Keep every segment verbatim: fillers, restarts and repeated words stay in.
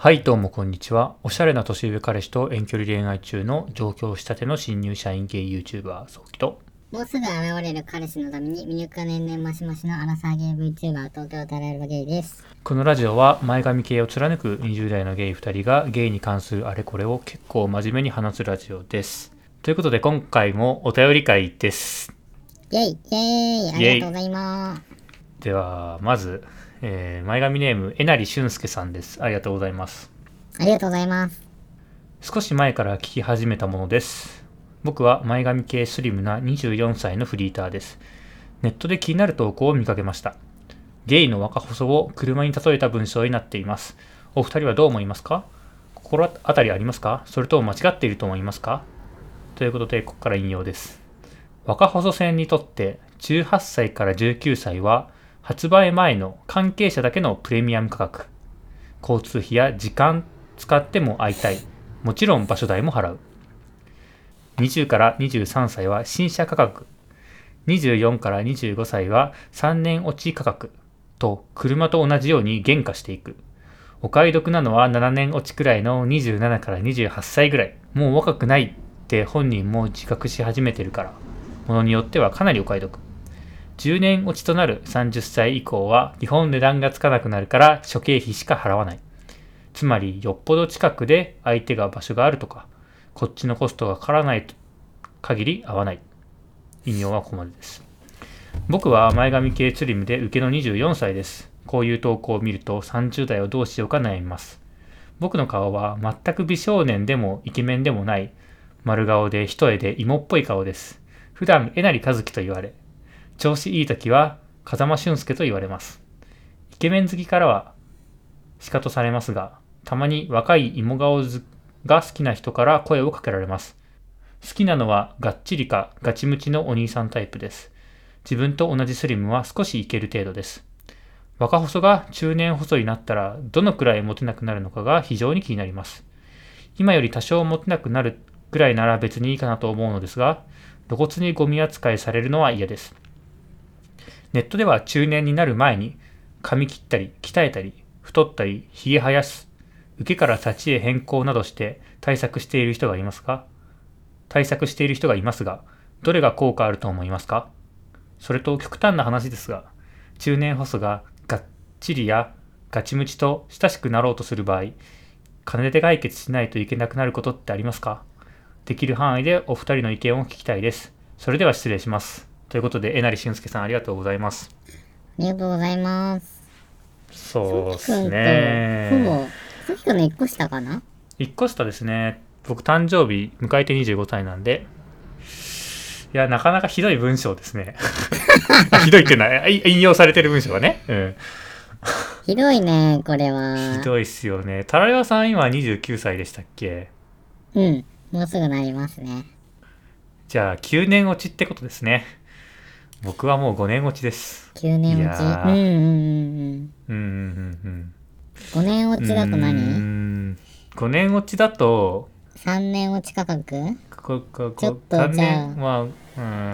はいどうもこんにちは。おしゃれな年上彼氏と遠距離恋愛中の上京したての新入社員系 YouTuber 早期と、 もうすぐ現れる彼氏のために魅力が年々マシマシのアラサーゲー VTuber 東京タラヤルバゲイです。 このラジオは前髪系を貫くにじゅう代のゲイふたりがゲイに関するあれこれを結構真面目に話すラジオです。ということで今回もお便り会です。 イェイイェイありがとうございます。 ではまず、えー、前髪ネームえなりしゅんすけさんです。ありがとうございます。 ありがとうございます。 少し前から聞き始めたものです。僕は前髪系スリムなにじゅうよんさいのフリーターです。ネットで気になる投稿を見かけました。ゲイの若細を車に例えた文章になっています。お二人はどう思いますか？心当たりありますか？それとも間違っていると思いますか？ということで、ここから引用です。若細線にとってじゅうはっさいからじゅうきゅうさいは発売前の関係者だけのプレミアム価格。交通費や時間使っても会いたい。もちろん場所代も払う。にじゅうからにじゅうさんさいは新車価格。にじゅうよんからにじゅうごさいはさんねん落ち価格。と車と同じように減価していく。お買い得なのはななねん落ちくらいのにじゅうななからにじゅうはっさいぐらい。もう若くないって本人も自覚し始めてるから。ものによってはかなりお買い得。じゅうねん落ちとなるさんじゅっさい以降は基本値段がつかなくなるから諸経費しか払わない。つまりよっぽど近くで相手が場所があるとか、こっちのコストがかからない限り合わない。引用はここまでです。僕は前髪系スリムで受けのにじゅうよんさいです。こういう投稿を見るとさんじゅう代をどうしようか悩みます。僕の顔は全く美少年でもイケメンでもない丸顔で一重で芋っぽい顔です。普段えなりかずきと言われ、調子いい時は風間俊介と言われます。イケメン好きからは仕方されますが、たまに若い芋顔が好きな人から声をかけられます。好きなのはがっちりかガチムチのお兄さんタイプです。自分と同じスリムは少しいける程度です。若細が中年細になったらどのくらいモテなくなるのかが非常に気になります。今より多少モテなくなるくらいなら別にいいかなと思うのですが、露骨にゴミ扱いされるのは嫌です。ネットでは中年になる前に髪切ったり鍛えたり太ったりひげ生やす、受けから立ちへ変更などして対策している人がいますか？対策している人がいますが、どれが効果あると思いますか？それと極端な話ですが、中年細ががっちりやガチムチと親しくなろうとする場合、金で解決しないといけなくなることってありますか？できる範囲でお二人の意見を聞きたいです。それでは失礼します。ということで、えなりしゅんすけさんありがとうございます。 ありがとうございます。 そうっすさきくんとほね。 ぼ、さきくんのいっこ下かな？ いっこ下ですね。僕誕生日迎えてにじゅうごさいなんで、いや、なかなかひどい文章ですね。ひどいっていうのは、引用されてる文章がね。うん。 ひどいね、これは。 ひどいっすよね。タラレバさん今にじゅうきゅうさいでしたっけ？ うん、もうすぐなりますね。 じゃあきゅうねん落ちってことですね。僕はもうごねん落ちです。 きゅうねん落ち。うんうんうんうん。 うんうんうんごねん落うん。 ちだとうー何？ ん。ごねん落ちだと、 さん 年落ち価格？ ここちょっこ3 とじゃ年、まあ、うん、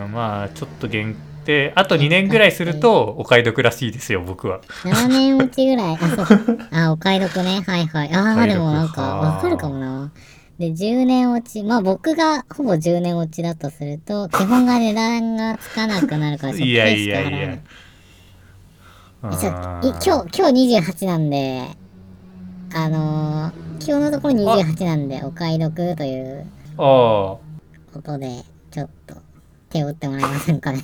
まあ、ちょっと限定、あとにねんぐらいするとお買い得らしいですよ、僕は。 あ、ななねん落ちぐらい。あ、そう。あ、お買い得ね。はいはい。ああ、 お買い得でもなんかわかるかもな。で、じゅうねん落ち。まあ僕がほぼじゅうねん落ちだとすると、基本が値段がつかなくなるから、 いやい食費しかやいや。 払わない。 うえ、ちょ、い、今ーん。 日、今日にじゅうはちなんで、あのー、今日のところにじゅうはちなんで、お買い得というあ、あことで、ちょっと手を打ってもらえませんかね。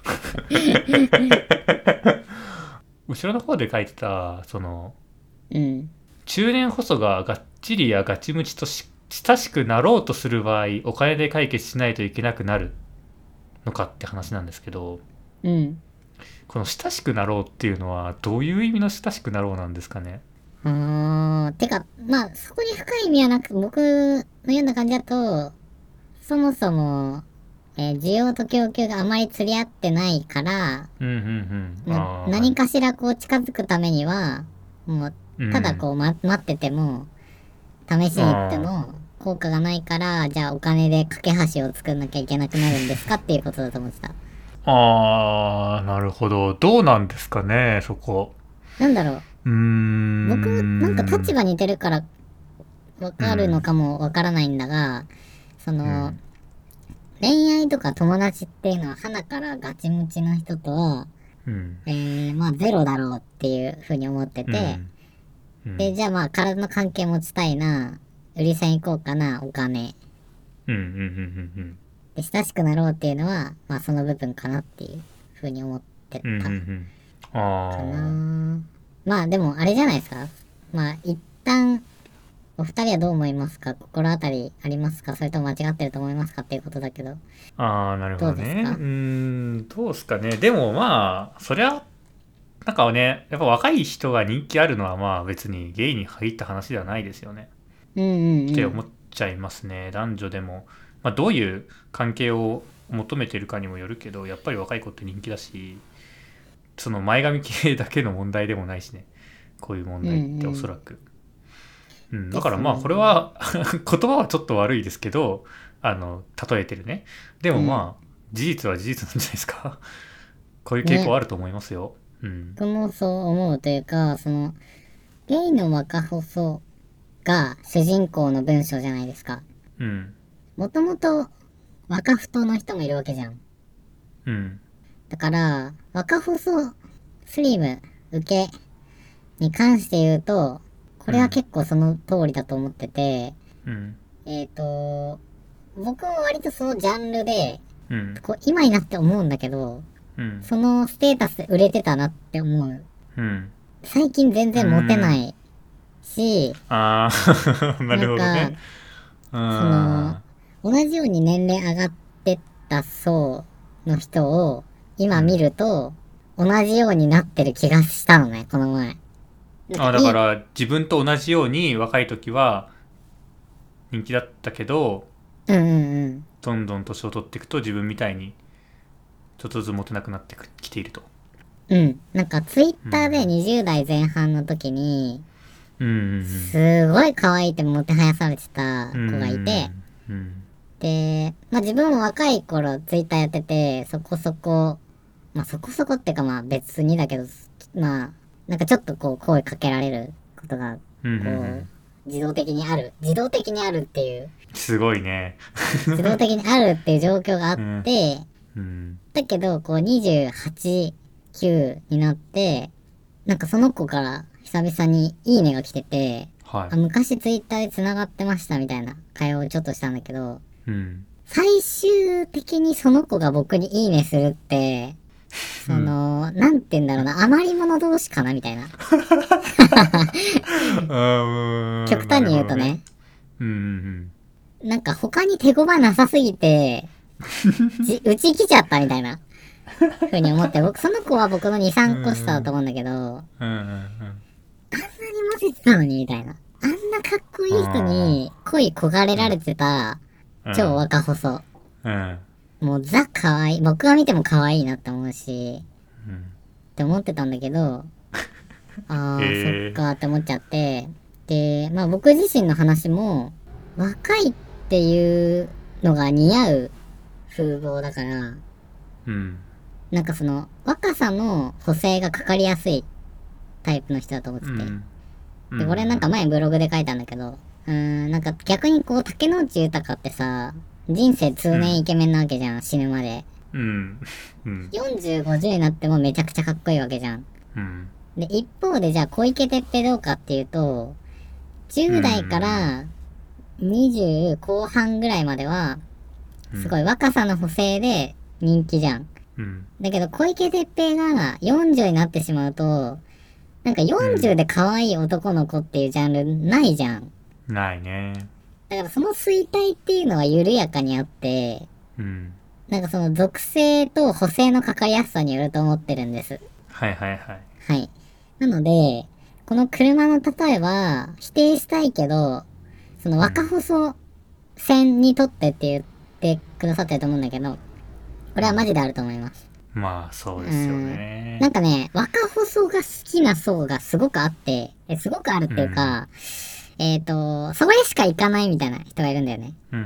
あ。後ろの方で書いてた、その、 うん。 中年細ががっちりやガチムチとし親しくなろうとする場合、お金で解決しないといけなくなるのかって話なんですけど、 うん。 この親しくなろうっていうのはどういう意味の親しくなろうなんですかね。 あー、てか、まあ、そこに深い意味はなく、僕のような感じだと、そもそも、えー需要と供給があまり釣り合ってないから、 うんうんうん。 まあ、 ああ、はい。 何かしらこう近づくためには、もう、 うん。 ただこう、ま、待ってても、試しに行ってあも、効果がないから、じゃあお金で架け橋を作んなきゃいけなくなるんですかっていうことだと思ってた。 あ、ああ、なるほど。どうなんですかね、そこ。 なんだろう。 うーん。 僕、なんか立場似てるからわかるのかもわからないんだが、その、 うん。 恋愛とか友達っていうのは、鼻からガチムチの人とは、 うん。 えー、まあゼロだろうっていうふうに思ってて、 うんうで、 ん。 じゃあまあ体の関係持ちたいな、売り線行こうかな、お金。 うんうんうんうんで、親しくなろうっていうのは、まあその部分かなっていうふうに思ってうん。うんうんたうん。 かあな。まあでもあれじゃないですか。まあ一旦、お二人はどう思いますか？心当たりありますか？それとも間違ってると思いますかっていうことだけど、 あ。ああ、なるほどうどね。うーですか？ ん、どうすかね。でもまあ、そりゃ、なんかね、やっぱ若い人が人気あるのはまあ別にゲイに限った話ではないですよね。 うんうんうん。 って思っちゃいますね。男女でも。まあどういう関係を求めてるかにもよるけど、やっぱり若い子って人気だし、その前髪系だけの問題でもないしね。こういう問うん題っておうん。 そらく。うん、だからまあですね。 これは言葉はちょっと悪いですけど、あの、例えてるね。でうん。 もまあ、事実は事実なんじゃないですか。こういう傾向ね。 あると思いますよ。うん。 僕もそう思うというか、その、ゲイの若細が主人公の文章じゃないですか。 うん。 もともと若太の人もいるわけじゃん。 うん。 だから、若細スリム受けに関して言うと、これはうん。 結構その通りだと思ってて、 うん。 えっ、ー、と、僕も割とそのジャンルで、 うん。 こう今になって思うんだけど、 うん。 そのステータスで売れてたなって思う。 うん。 最近全う然モテなん。 いし、 ああ、ななんか、 るほどね。うその、 ん。 同じように年齢上がってった層の人を今見うん。 ると、同じようになってる気がしたのね、この前。なんかあ、だいい、 から自分と同じように若い時は人気だったけど、 うんうんうん。 どんどん年を取っていくと自分みたいにちょっとずつモテなくなってきていると。 うん。なんかツイッターでうん。 にじゅう代前半の時に、 うん。 すごい可愛いってもてはやされてたうん。う子がいて、 ん。うん。 で、まあ自分も若い頃ツイッターやってて、そこそこ、まあそこそこってかまあ別にだけど、まあ、なんかちょっとこう声かけられることが、 うん。うん。うこん。 う、自動的にある。自動的にあるっていう、 すごいね。 自動的にあるっていう状況があっうん。 て、 うん。 だけど、こうにじゅうはち、きゅうになって、なんかその子から久々にいいねが来てて、あ、 はい。 昔ツイッターで繋がってましたみたいな会話をちょっとしたんだけど、 うん。 最終的にその子が僕にいいねするって、そうん。 の、なんて言うんだろうな、余り物同士かなみたいな。 あー、な極端にるほどね。 言うとね、 うん。 なんか他に手駒なさすぎて、じ、うち来ちゃったみたいなふうに思って、僕、その子は僕のに、 うさんこ下だとん。 思うんだけど、あんうん。うん。 なにモテてたのにみたいな。あんなかっこいい人に恋焦がれうん。 られてた超うん。 若細。 うん。 もうザ可愛い。僕が見ても可愛いなって思うし、 うん。 って思ってたんだけど、あー、そっええかって思っちゃって。で、まあ僕自身の話も、若いっていうのが似合う風貌だから、 ー。うん。 なんかその、若さの補正がかかりやすいタイプの人だと思ってて。 うん。うん。うで、これなんかん。 前ブログで書いたんだけど、うーん、なんか逆にこう、竹野内豊ってさ、人生通うん。 年イケメンなわけじゃん、死ぬまで。 うん。うん。 よんじゅう、ごじゅうになってもめちゃくちゃかっこいいわけじゃん。 うん。 で、一方でじゃあ小池徹平どうかっていうと、じゅう代からにじゅう後半ぐらいまでは、 うん。 すごい若さの補正で人気じゃん。 うん。 だけど小池徹平がよんじゅうになってしまうと、なんかうん。 よんじゅうで可愛い男の子っていうジャンルないじゃん。 ないね。 だからその衰退っていうのは緩やかにあって、 うん。 なんかその属性と補正のかかりやすさによると思ってるんです。 はいはいはい。 はい。なので、この車の例えは否定したいけど、その若うん。 細線にとってって言ってくださってると思うんだけど、これはマジであると思います。 まあ、そうーうですよん。なんね。 かね、若細が好きな層がすごくあって、えすごくあるっうん。 ていうか、えっ、と、それしか行かないみたいな人がいるんだよね。 うん。うん。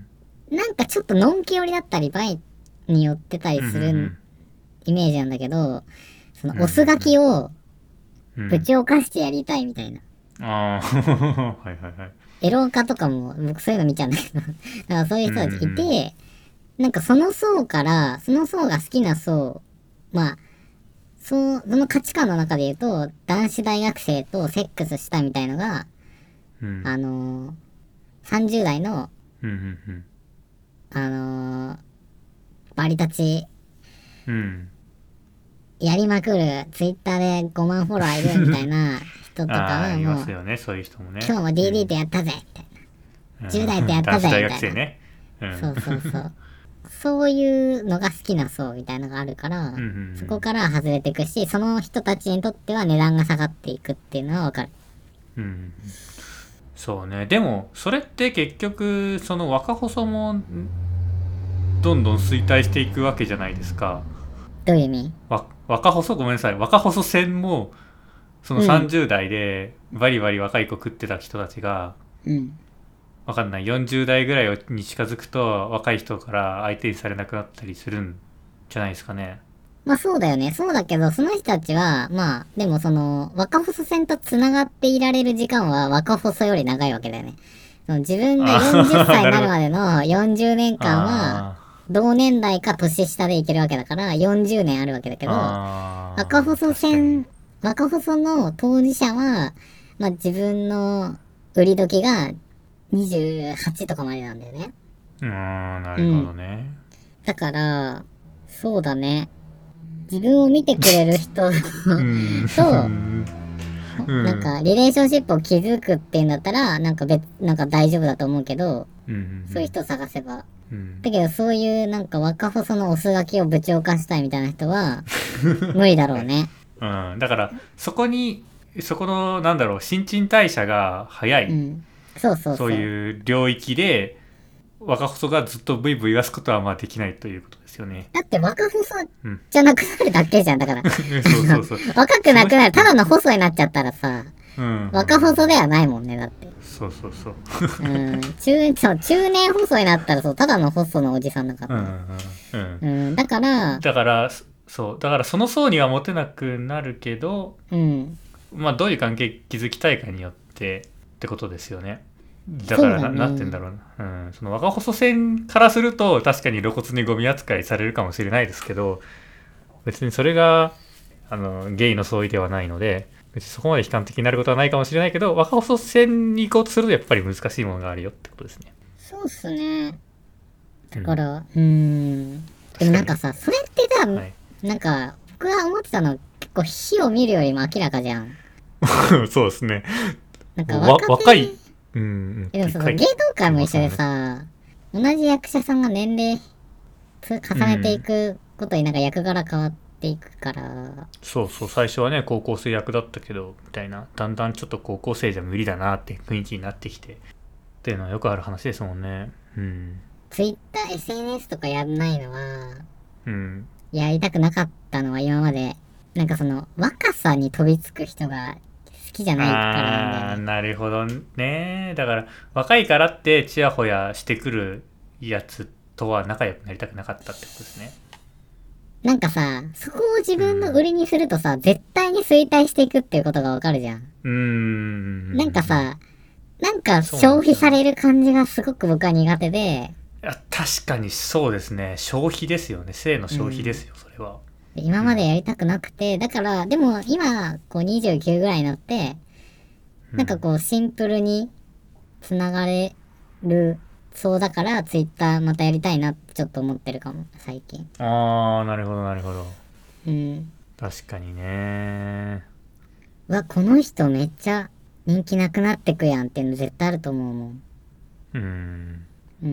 なんかちょっとのんき寄りだったり、バイに寄ってたりうん。うするん。 イメージなんだけど、そのうん。うオスガん。 キをうん、 ぶち犯してやりたいみたいな。 ああ、はいはいはい。 エロ化とかも僕そういうの見ちゃうんだけどだからそういう人たちいて、 うんうんうん、 なんかその層からその層が好きな層、まあそう、その価値観の中で言うと男子大学生とセックスしたみたいのが、 うん、 あのー、さんじゅう代のうんうんあのー、バリ立ちうん、うん。 やりまくるツイッターでごまんフォロワーいるみたいな人とかああ、いまはもうすよね、そういう人もね。 今日もうディーディー とん。 やったぜみたいな。 うじゅう代とやん、 った男子大ぜみたいな。 学生ね。うん。 そうそうそう。そういうのが好きな層みたいなのがあるから、 うんうんうん、 そこから外れていくし、その人たちにとっては値段が下がっていくっていうのはわかる。 うん。そうね。でも、それって結局、その若細もどんどん衰退していくわけじゃないですか。 どういう意味？ わ若細、ごめんなさい。若細戦も、そのうん。 さんじゅう代でバリバリ若い子食ってた人たちが、 うん。 わかんない。よんじゅう代ぐらいに近づくと若い人から相手にされなくなったりするんじゃないですかね。 まあそうだよね。そうだけど、その人たちは、まあ、でもその、若細線と繋がっていられる時間は若細より長いわけだよね。その自分がよんじゅっさいああ、なるほど。 になるまでのよんじゅうねんかんは、 あ同年代か年下でいけるわけだから、よんじゅうねんあるわけだけど、若あ、ああ、 細確かに。 線、若細の当事者は、まあ自分の売り時がにじゅうはちとかまでなんだよね。 うーん、なるほうん。 どね。 だから、そうだね。自分を見てくれる人うん、 と、 うん、 なんか、リレーションシップを築くっていうんだったら、なんか別、なんか大丈夫だと思うけど、 うん、 そういう人を探せば。 うん、うん。 だけど、そういうなんか若細のおすがきを部長化したいみたいな人は、無理だろうね。 うん、だから、そこに、そこの、なんだろう、新陳代謝が早い、 うん。そうそうそうそう。 いう領域で、若細がずっとブイブイ言わすことはまあできないということですよね。 だって若細うん。 じゃなくなるだけじゃん。だから、あの、 そうそうそう。 若くその人、 なくなる。ただの細になっちゃったらさ、 うん、うん、うん。 若細ではないもんね、だって。 そうそうそう。 うん。中、そう、中年細になったらそう、ただの細のおじさんだからね。 うん、うん、うん。 うん。だから、 だから、そう、だからその層にはモテなくなるけど、 うん。 まあどういう関係築きたいかによってってことですよね。だそうからな、なんて言うんだね。 だろうな。うん、その若細線からすると確かに露骨にゴミ扱いされるかもしれないですけど、別にそれが、あの、ゲイの相違ではないので、別にそこまで悲観的になることはないかもしれないけど、若細線に行こうとするとやっぱり難しいものがあるよってことですね。 そうっすね。 うん。 だから、うーん。でも確かに。 なんかさ、それってじゃはい。 あ、なんか、僕が思ってたの結構火を見るよりも明らかじゃん。 そうですね。 なんかわ、 若手、 若い、うん、うんって、 えでもそうそう、 かい、 芸能界言いも一緒でますもんね。 さ、同じ役者さんが年齢つ重ねていうん。 くことになんか役柄変わっていくから、 そうそう、最初はね、高校生役だったけど、みたいな。だんだんちょっと高校生じゃ無理だなって雰囲気になってきて。っていうのはよくある話ですもんね。うん。 Twitter、エスエヌエス とかやんないのは、 うん。 やりたくなかったのは今まで、なんかその、若さに飛びつく人が好きじゃないからなんだよあー、 ね。 なるほどね。だから、若いからってチヤホヤしてくるやつとは仲良くなりたくなかったってことですね。 なんかさ、そこを自うん。 分の売りにするとさ、絶対に衰退していくっていうことがわかるじゃん。 うーなんかん。 さ、なんかそうなん消費ですよね。 される感じがすごく僕は苦手で、 いや、確かにそうですね。消費ですよね。性のうん。 消費ですよ、それは。 今までうん。 やりたくなくて、だから、でも今、こうにじゅうきゅうぐらいになって、 うん。 なんかこうシンプルに繋がれるそうだから、ツイッターまたやりたいなってちょっと思ってるかも、最近。 あー、なるほど、なるほど。 うん。 確かにね。 うわ、この人めっちゃ人気なくなってくやんっていうの絶対あると思うもん。 うん。 うん。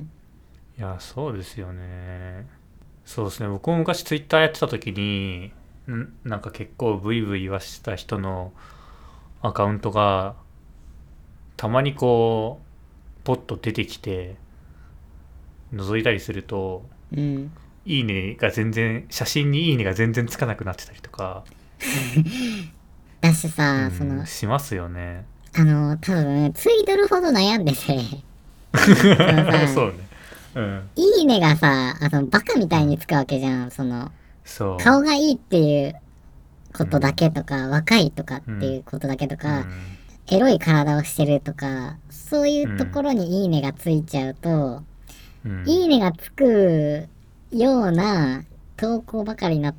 いや、そうですよね。そうですね。僕も昔ツイッターやってた時に、んなんか結構ブイブイ言わした人のアカウントがたまにこう、ポッと出てきて、覗いたりすると、 うん。 いいねが全然、写真にいいねが全然つかなくなってたりとか、 だしさ、そうん、 の、 しますよね。 あの、多分、ツイドルほど悩んでてそのさ、 そうね。うん。 いいねがさ、あの、バカみうん。 たいにつくわけじゃん。その、 そ顔がいいっていうことだけとか、若いとかっていうことだけとか、エロい体をしてるとか、そういうところにいいねがついちゃうと、 うん、 いいねがつくような投稿ばかりになって、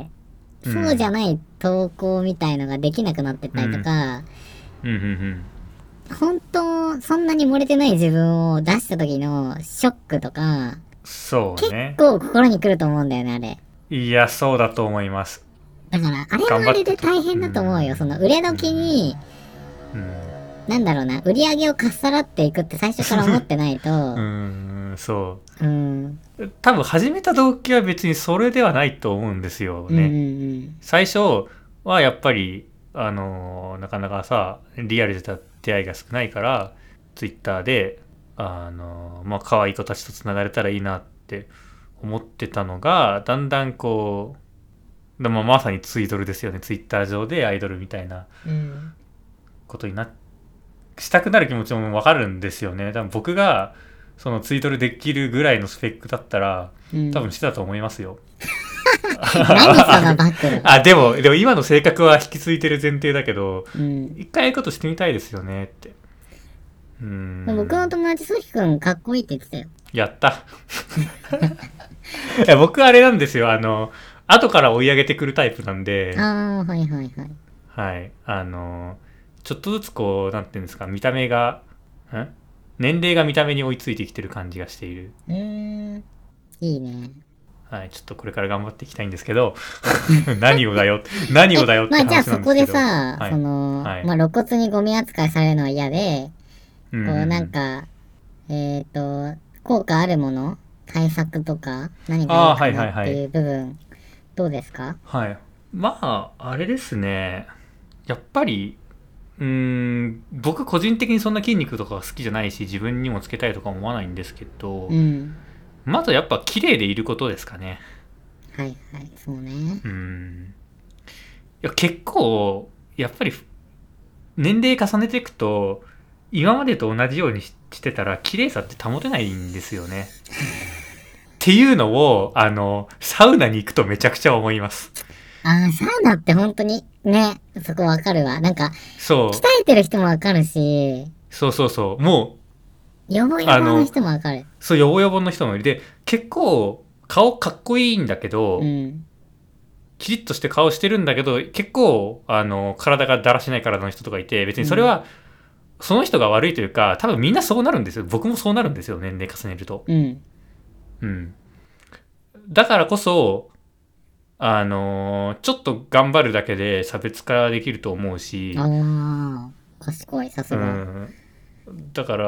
うん、 そうじゃない投稿みたいのができなくなってったりとか、 うんうんうん本当、そんなに漏れてない自分を出した時のショックとか、 そうね。 結構心に来ると思うんだよね、あれ。 いや、そうだと思います。 だから、あれはあれで大変だと思うよ。その売れ時に、 うん、 なんだろうな、売り上げをかっさらっていくって最初から思ってないと、 うーん、そうん、 う。多分始めた動機は別にそれではないと思うんですようん、うん、うね。 ん。 最初はやっぱり、あのーなかなかさ、リアルで出会いが少ないから、ツイッターで、あのーまあ、可愛い子たちとつながれたらいいなって思ってたのが、だんだんこう、でもまさにツイドルですよね。ツイッター上でアイドルみたいなうんことにな、したくなる気持ちもわかるんですよね。多分僕が、そのツイートでできるぐらいのスペックだったら、 うん、 多分してたと思いますよ。 何その暴露。 あ、でも、でも今の性格は引き継いでる前提だけど、 うん、 一回やることしてみたいですよねって。うーん。 僕の友達、ソヒ君かっこいいって言ってたよ。 やった。いや僕あれなんですよ。あの、後から追い上げてくるタイプなんで、 ああ、はいはいはい。 はい。あの、ちょっとずつこう、なんていうんですか、見た目が、ん年齢が見た目に追いついてきてる感じがしている。 うーん、いいね。 はい。ちょっとこれから頑張っていきたいんですけど、何をだよ、何をだよってまあじゃあ話なんでそこですけど。 さ、 はい。 その、 はい。 まあ露骨にゴミ扱いされるのは嫌で、 うんうんこうなんうん。 か、えっ、と、効果あるもの対策とか何がいああ、 いかはいなっていうはいはい。 部分、どうですか？ はい。まあ、あれですね。やっぱり、うーん、僕個人的にそんな筋肉とかが好きじゃないし、自分にもつけたいとか思わないんですけど、 うん。 まずやっぱ綺麗でいることですかね。 はいはい、そうね。 うーん。いや、結構、やっぱり年齢重ねていくと、今までと同じようにししてたら綺麗さって保てないんですよね。っていうのを、あの、サウナに行くとめちゃくちゃ思います。 ああ、サウナって本当にね、そこわかるわ。なんか、鍛そう、 えてる人もわかるし、 そうそうそう。もヨボう、 ヨボのあの、 人もわかる。 そう、ヨボヨボの人もいる。で、結構、顔かっこいいんだけど、 うん。 キリッとして顔してるんだけど、結構、あの、体がだらしない体の人とかいて、別うん。 にそれは、その人が悪いというか、多分みんなそうなるんですよ。僕もそうなるんですよ、年齢重ねると。 うん。 うん。だからこそ、あのーちょっと頑張るだけで差別化できると思うし、 ああ、賢い、さすうが。 ん。だから、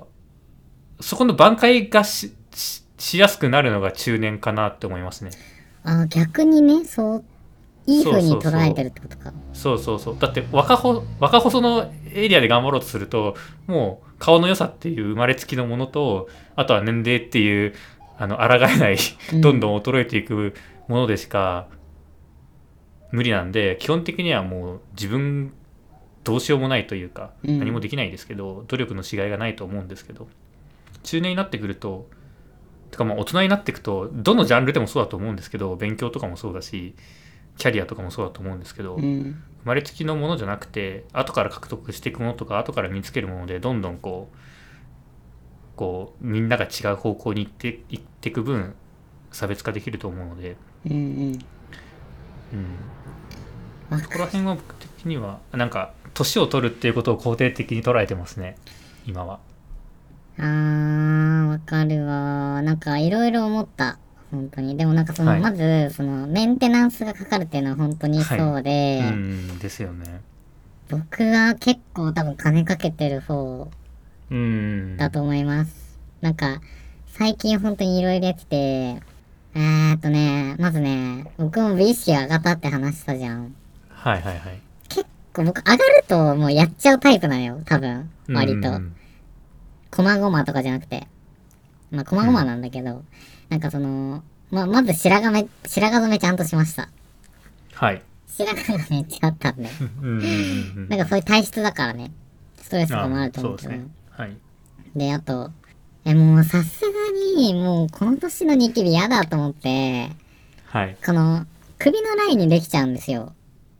そこの挽回がし、し、しやすくなるのが中年かなって思いますね。 ああ、逆にね、そう、いいそう風にそうそ捉えてるってことか。 う。そうそうそう。だって若ほ、若細のエリアで頑張ろうとすると、もう顔の良さっていう生まれつきのものと、あとは年齢っていう、あの、抗えないうん。 どんどん衰えていくものでしか無理なんで、基本的にはもう自分どうしようもないというか、 うん。 何もできないですけど、努力のしがいがないと思うんですけど、中年になってくると、てかまあ大人になっていくと、どのジャンルでもそうだと思うんですけど、勉強とかもそうだし、キャリアとかもそうだと思うんですけど、 うん。 生まれつきのものじゃなくて、後から獲得していくものとか、後から身につけるもので、どんどんこう、こう、みんなが違う方向に行っていっていく分、差別化できると思うので、 うん。うん。 うん。そこらわかる。 辺は僕的には、なんか、年を取るっていうことを肯定的に捉えてますね、今は。 あー、わかるわ。なんか、いろいろ思った。本当に。でもなんかその、 はい。 まず、その、メンテナンスがかかるっていうのは本当にはい。 そうで、 うん、ですよね。 僕は結構多分金かけてる方うん。 だと思います。なんか、最近本当にいろいろやってて、えーっとね、まずね、僕も美意識が上がったって話したじゃん。 はいはいはい。 結構僕上がるともうやっちゃうタイプなのよ、多分。 うん。う割と。 ん。 こまごまとかじゃなくて。まあ、こまうん。 ごまなんだけど、なんかその、まあ、まず白髪め、白髪染めちゃんとしました。 はい。 白髪がめっちゃあったんで。 うんうんうんなんかそういう体質だからね。ストレうん。ああ、 スとかもあると思うけど。 そうですね。はい。 で、あと、え、もうさすがに、もうこの年のニキビ嫌だと思って、 はい。 この、首のラインにできちゃうんですよ。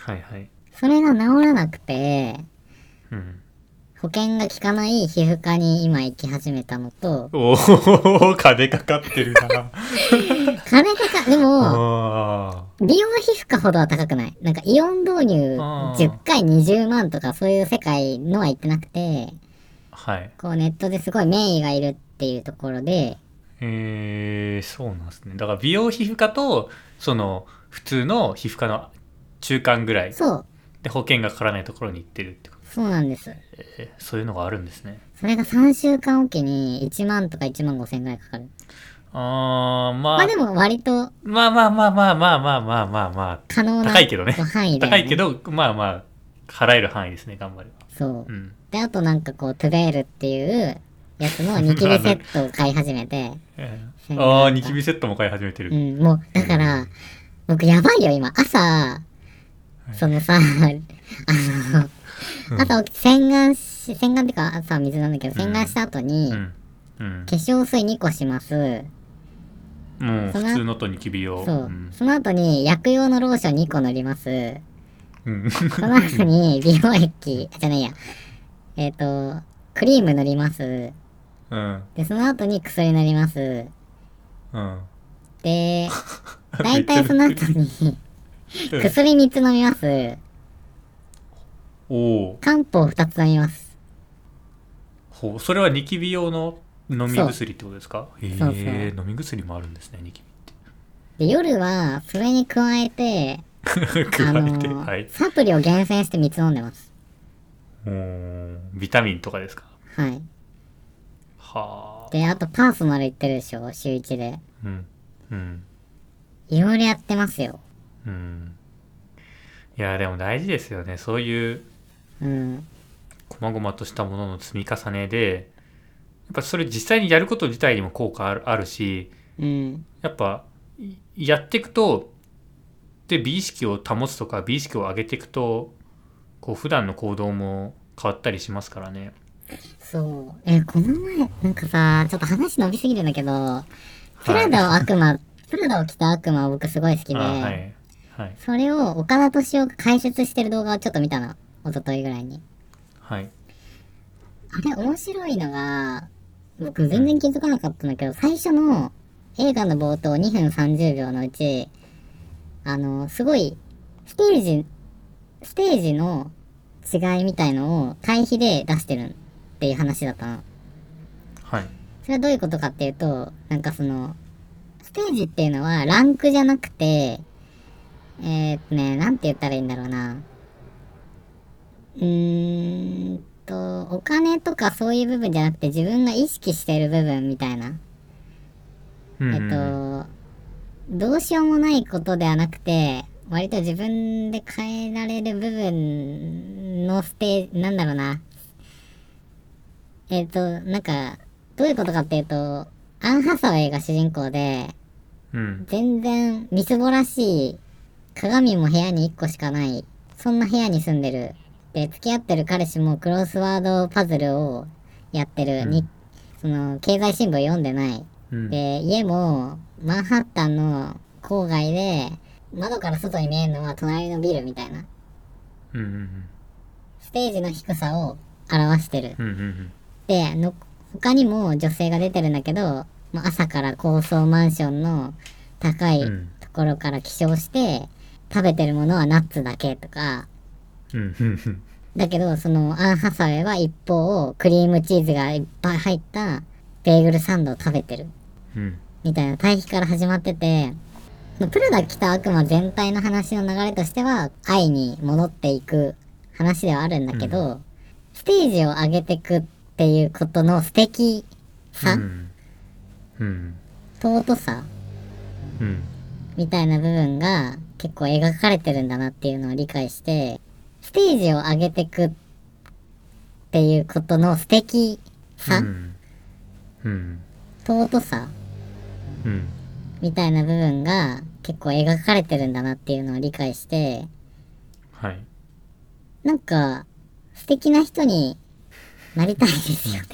はいはい。 それが治らなくて、 うん。 保険が効かない皮膚科に今行き始めたのと、 おお、金かかってるな。 金かか、でも、 あ美容皮膚科ほどは高くない。なんかイオン導入10 あ。 回にじゅうまんとかそういう世界のは言ってなくて、 はい。 こうネットですごい名医がいるっていうところで、 えー、そうなんですね。だから美容皮膚科と、その、普通の皮膚科の中間ぐらいそう、 で保険がかからないところに行ってるってこと。 そうなんです。 えーそういうのがあるんですね。 それがさんしゅうかんおきにいちまんとかいちまんごせんぐらいかかる。 あー、まあ、 まあでも割とまあまあまあまあまあまあまあまあまあ、 可能な高いけどね。 範囲だよね。 高いけど、まあまあ、払える範囲ですね、頑張れば。 そう。 うん。 で、あとなんかこう、トゥベールっていうやつのニキビセットを買い始めて、 え洗ーああ、 顔かニキビセットも買い始めてる。 うん、もう、だから、僕やばいよ、今。朝、そのさ、あの、朝起きて洗顔し、洗顔ってか朝は水なんだけど、洗顔した後に、 うん。うん。 化粧水にこします。 もうその普通のとニキビを。 そう。 うん。 その後に薬用のローションにこ塗ります。 うん。 その後に美容液、じゃないや、えっ、と、クリーム塗ります。 うん。 で、その後に薬塗ります。 うん。 で、だめっちゃいたいその塗ってる。 後にうん薬みっつ飲みます。 おお。 漢方ふたつ飲みます。 ほう、それはニキビ用の飲みそう。 薬ってことですか？へそうそう。 え、飲み薬もあるんですね、ニキで、夜は、それに加えて、 ビって。 あ加えて、 のーはい。 サプリを厳選してみっつ飲んでます。 おー、ビタミンとかですか？ はい。で、 はあ。 あとパーソナル行ってるでしょ、週いちで。 うん。うん。 いろいろやってますよ。 うん。いや、でも大事ですよね。そういううん。 細々としたものの積み重ねで、やっぱそれ実際にやること自体にも効果ある、あるし、 うん。 やっぱいやっていくと、で美意識を保つとか美意識を上げていくと、こう普段の行動も変わったりしますからね。 そう。え、この前、なんかさ、ちょっと話伸びすぎるんだけど、プはい。 ラダを悪魔、プラダを着た悪魔を僕すごい好きあ、はで、 い。はい。 それを岡田敏夫が解説してる動画をちょっと見たの。一昨日ぐらいに。 はい。 あれ面白いのが、僕全然うん。 気づかなかったんだけど、最初の映画の冒頭にふんさんじゅうびょうのうち、あの、すごい、ステージ、ステージの違いみたいのを対比で出してるっていう話だったの。 はい。 それはどういうことかっていうと、なんかその、ステージっていうのはランクじゃなくて、えー、っとね、なんて言ったらいいんだろうな。うーんと、お金とかそういう部分じゃなくて自分が意識してる部分みたいな。 うんうえっんと、どうしようもないことではなくて、割と自分で変えられる部分のステージ、なんだろうな。えっと、なんか、どういうことかっていうと、アン・ハサウェイが主人公で、 うん。うん。 全然みすぼらしい、鏡も部屋にいっこしかない、そんな部屋に住んでる。で、付き合ってる彼氏もクロスワードパズルをやってる。に、 うんその、経済新聞読んでない。 うん。 で、家もマンハッタンの郊外で、窓から外に見えるのは隣のビルみたいな。 うんうんステージの低さを表してる。 うんうんうんで、の、他にも女性が出てるんだけど、もう朝から高層マンションの高いうんところから起床して、食べてるものはナッツだけとか、 うんうんだけど、そのアン・ハサウェイは一方、クリームチーズがいっぱい入ったベーグルサンドを食べてる。 うんみたいな対比から始まってて、プラダ来た悪魔全体の話の流れとしては、愛に戻っていく話ではあるんだけど、ステージを上げていくっていうことの素敵さ、 うんうん尊さうんみたいな部分が結構描かれてるんだなっていうのを理解して、ステージを上げていくっていうことの素敵さ、 うんうん尊さうんみたいな部分が結構描かれてるんだなっていうのを理解して、 はい。 なんか素敵な人になりたいですよね。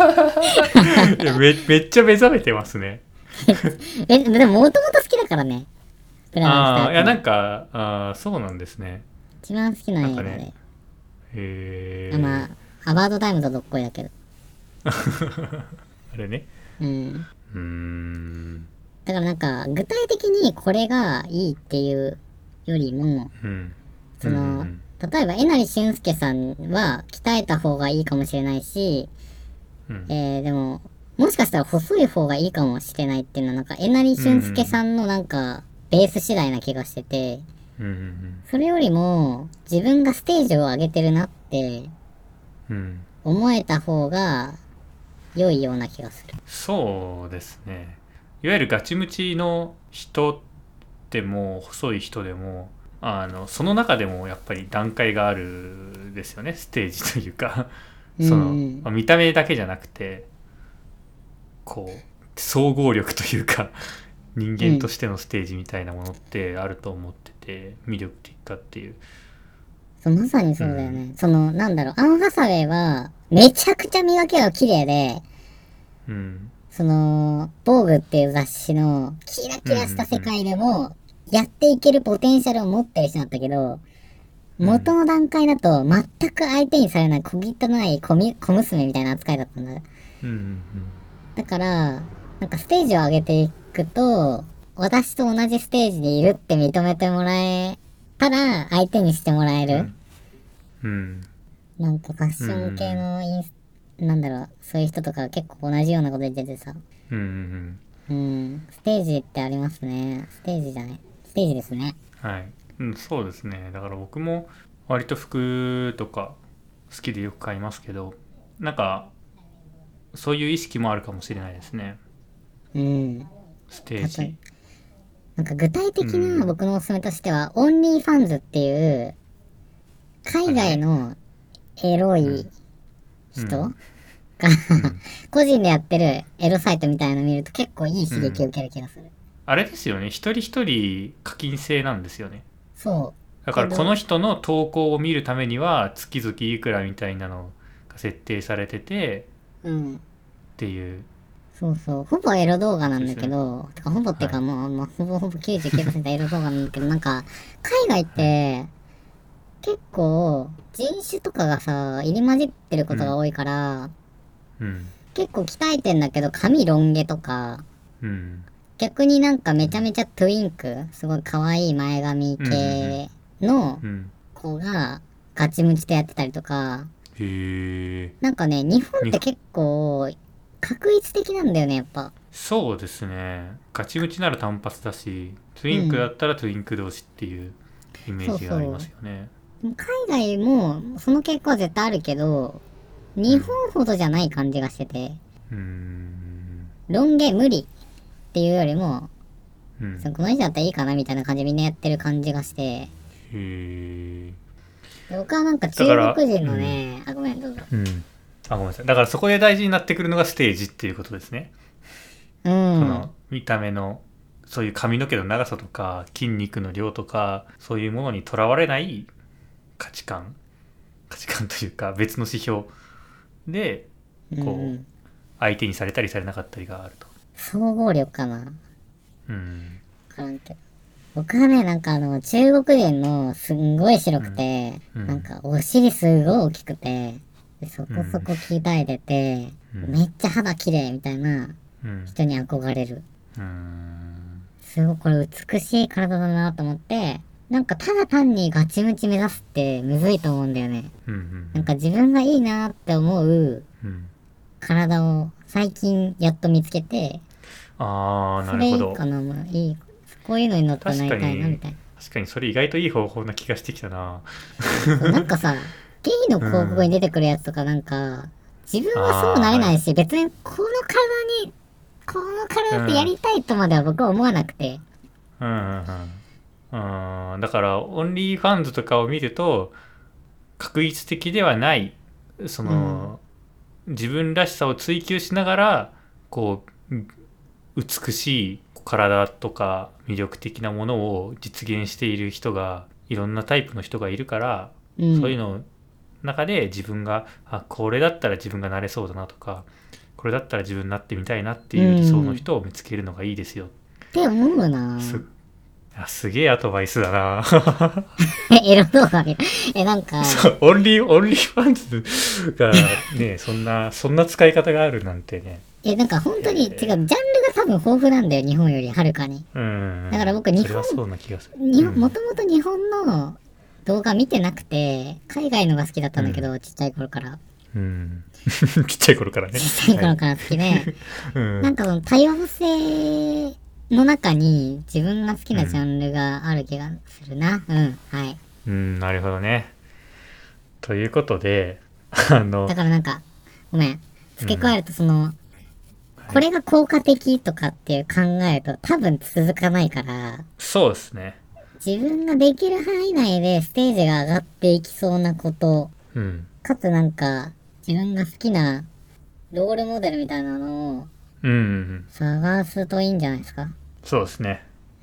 いやめめっちゃ目覚めてますね。 え、でももともと好きだからね。 プラダの着た後ああ、いやなんか、あーそうなんですね。 一番好きな映画で。 なんかねへあまえ。 あ、アバードタイムとどっこいだけど。 あれね。 うん。 うーん。 だからなんか、具体的にこれがいいっていうよりも、 うん。 その、例えば、えなりしゅんすけさんは鍛えた方がいいかもしれないし、 うんうんえー、でも、もしかしたら細い方がいいかもしれないっていうのは、なんか、えなりしゅんすけさんのなんか、ベース次第な気がしてて、 うんうんそれよりも、自分がステージを上げてるなってうんうん思えた方が良いような気がする。 そうですね。いわゆるガチムチの人でも細い人でもあのその中でもやっぱり段階があるですよね、ステージというかうんその、 うん。 まあ見た目だけじゃなくてこう総合力というか人うん。 間としてのステージみたいなものってあると思ってて、魅力的かっていう。 そう、まさにうん。 そうだよね。その、なんだろう、アン・ハサウェイは、めちゃくちゃ磨きが綺麗で、 うん。 その、防具っていう雑誌のキラうんうキラした世ん界でも、やっていけるポテンシャルを持ってる人だったけど、 うんうん元の段階だと全く相手にされない小汚い小み小娘みたいな扱いだったんだ。 うんうんだから、なんかステージを上げていくと、私と同じステージにいるって認めてもらえたら、相手にしてもらえる。 うんうんなんかファッうんうション系んのインス、なんだろう、そういう人とか結構同じようなこと言っててさ。 うんうんうんうん、ステージってありますね。ステージじゃない。ステージですね。 はい、うん、そうですね。だから僕も割と服とか好きでよく買いますけど、なんかそういう意識もあるかもしれないですね。 うん。 ステーたとえ、 ジ。 なんか具体う的なん。 僕のおすすめとしては、オンリーファンズっていう、海あれね。 外のエロいうんうん人がうん個人でやってるエロサイトみたいなの見ると結構いい刺激をうん。 受ける気がする。 あれですよね。一人一人課金制なんですよね。 そう。 だからこのけど、 人の投稿を見るためには月々いくらみたいなのが設定されててうん。 っていうそうそう。ほぼエロ動画なんだやつですよね。 けど、てかほぼっていうはい。 かもう、まあ、ほぼほぼきゅうじゅうきゅうパーセントエロ動画なんだけど、なんか、海外っはい。 て、結構、人種とかがさ、入り混じってることがうん。 多いから、 うん。 結構鍛えてんだけど、髪ロン毛とか、 うん。 逆になんかうん。 めちゃめちゃトゥインク、すごい可愛い前髪うん。うん。 系のうん。 子がガチムチでやってたりとか、 へえ。 なんかね、日本っにて結構、確率的なんだよね、やっぱ。 そうですね。ガチムチなら単発だし、トゥインクだうん。 ったらトゥインク同士っていうイメーそうジがありまそう。 すよね。 海外もその傾向は絶対あるけど、日うん。 本ほどじゃない感じがしてて、 うーん。 ロン毛無理っていうよりも、 うん。 そのこの人だったらいいかなみたいな感じでみんなやってる感じがして、 へえ。 で僕はなんかだから、 中国人うん。 のね、あ、ごめん、どうぞ。 うん。あ、ごめんなさい。だからそこで大事になってくるのがステージっていうことですね。 うん。 その見た目のそういう髪の毛の長さとか筋肉の量とかそういうものにとらわれない価値観価値観というか別の指標でうんうこうん。 相手にされたりされなかったりがあると。 総合力かな。わうんからんけど。僕はね、なんかあの、中国人のすんごい白くうんて、なんうんかお尻すごい大きくて、でそこそうんこ鍛えてて、 うんめっちゃ肌綺麗みたいなうん人に憧れる。 うんすごいこれ美しい体だなと思って、なんかただ単にガチムチ目指すってむずいと思うんだよね。 うんうんなんか自分がいいなって思ううん体を最近やっと見つけて、 ああーそれいいなるほど。 かな、まあいい。こういうのに乗ってな確りたいな、みかにたいな。 確かにそれ意外といい方法な気がしてきたな。 そう、なんかさ、ゲイの広告にうん出てくるやつとかなんか、自分はそうああーはいなれないし、別にこの体に、この体ってやうんりたいとまでは僕は思わなくて。 うんうんうんうんだからオンリーファンズとかを見ると確率的ではないそうん。 の自分らしさを追求しながらこう美しい体とか魅力的なものを実現している人がいろんなタイプの人がいるからうん。 そういうの中で自分があこれだったら自分がなれそうだなとかこれだったら自分になってみたいなってういう理想のん。っ人を見つけるのがいいですよ。 て思うすなあ、すげえアドバイスだな。 エロ動画見る。え、なんか、 そう、オンリー、オンリーファンズがね、そんな、そんな使い方があるなんてね。 え、なんか本当に、違う、ジャンルが多分豊富なんだよ、日本よりはるかに。 うん。 だから僕、日本、 それはそうな気がする。 日本、 うんもともと日本の動画見てなくて、海外のが好きだったんだけど、ちっちゃい頃から。 うん。ちっちゃい頃からね。 ちっちゃい頃から好きで、 うなんん。 かその多様性の中に自分が好きなジャンルがある気がするな。うん、はい。 うん、なるほどね。ということで、あの、 だからなんか、ごめん。付け加えるとその、こはい、 れが効果的とかっていう考えると多分続かないから、 そうですね。 自分ができる範囲内でステージが上がっていきそうなこと、 うん。 かつなんか、自分が好きなロールモデルみたいなのをうん。 探すといいんじゃないですか。 そうですね。 うん。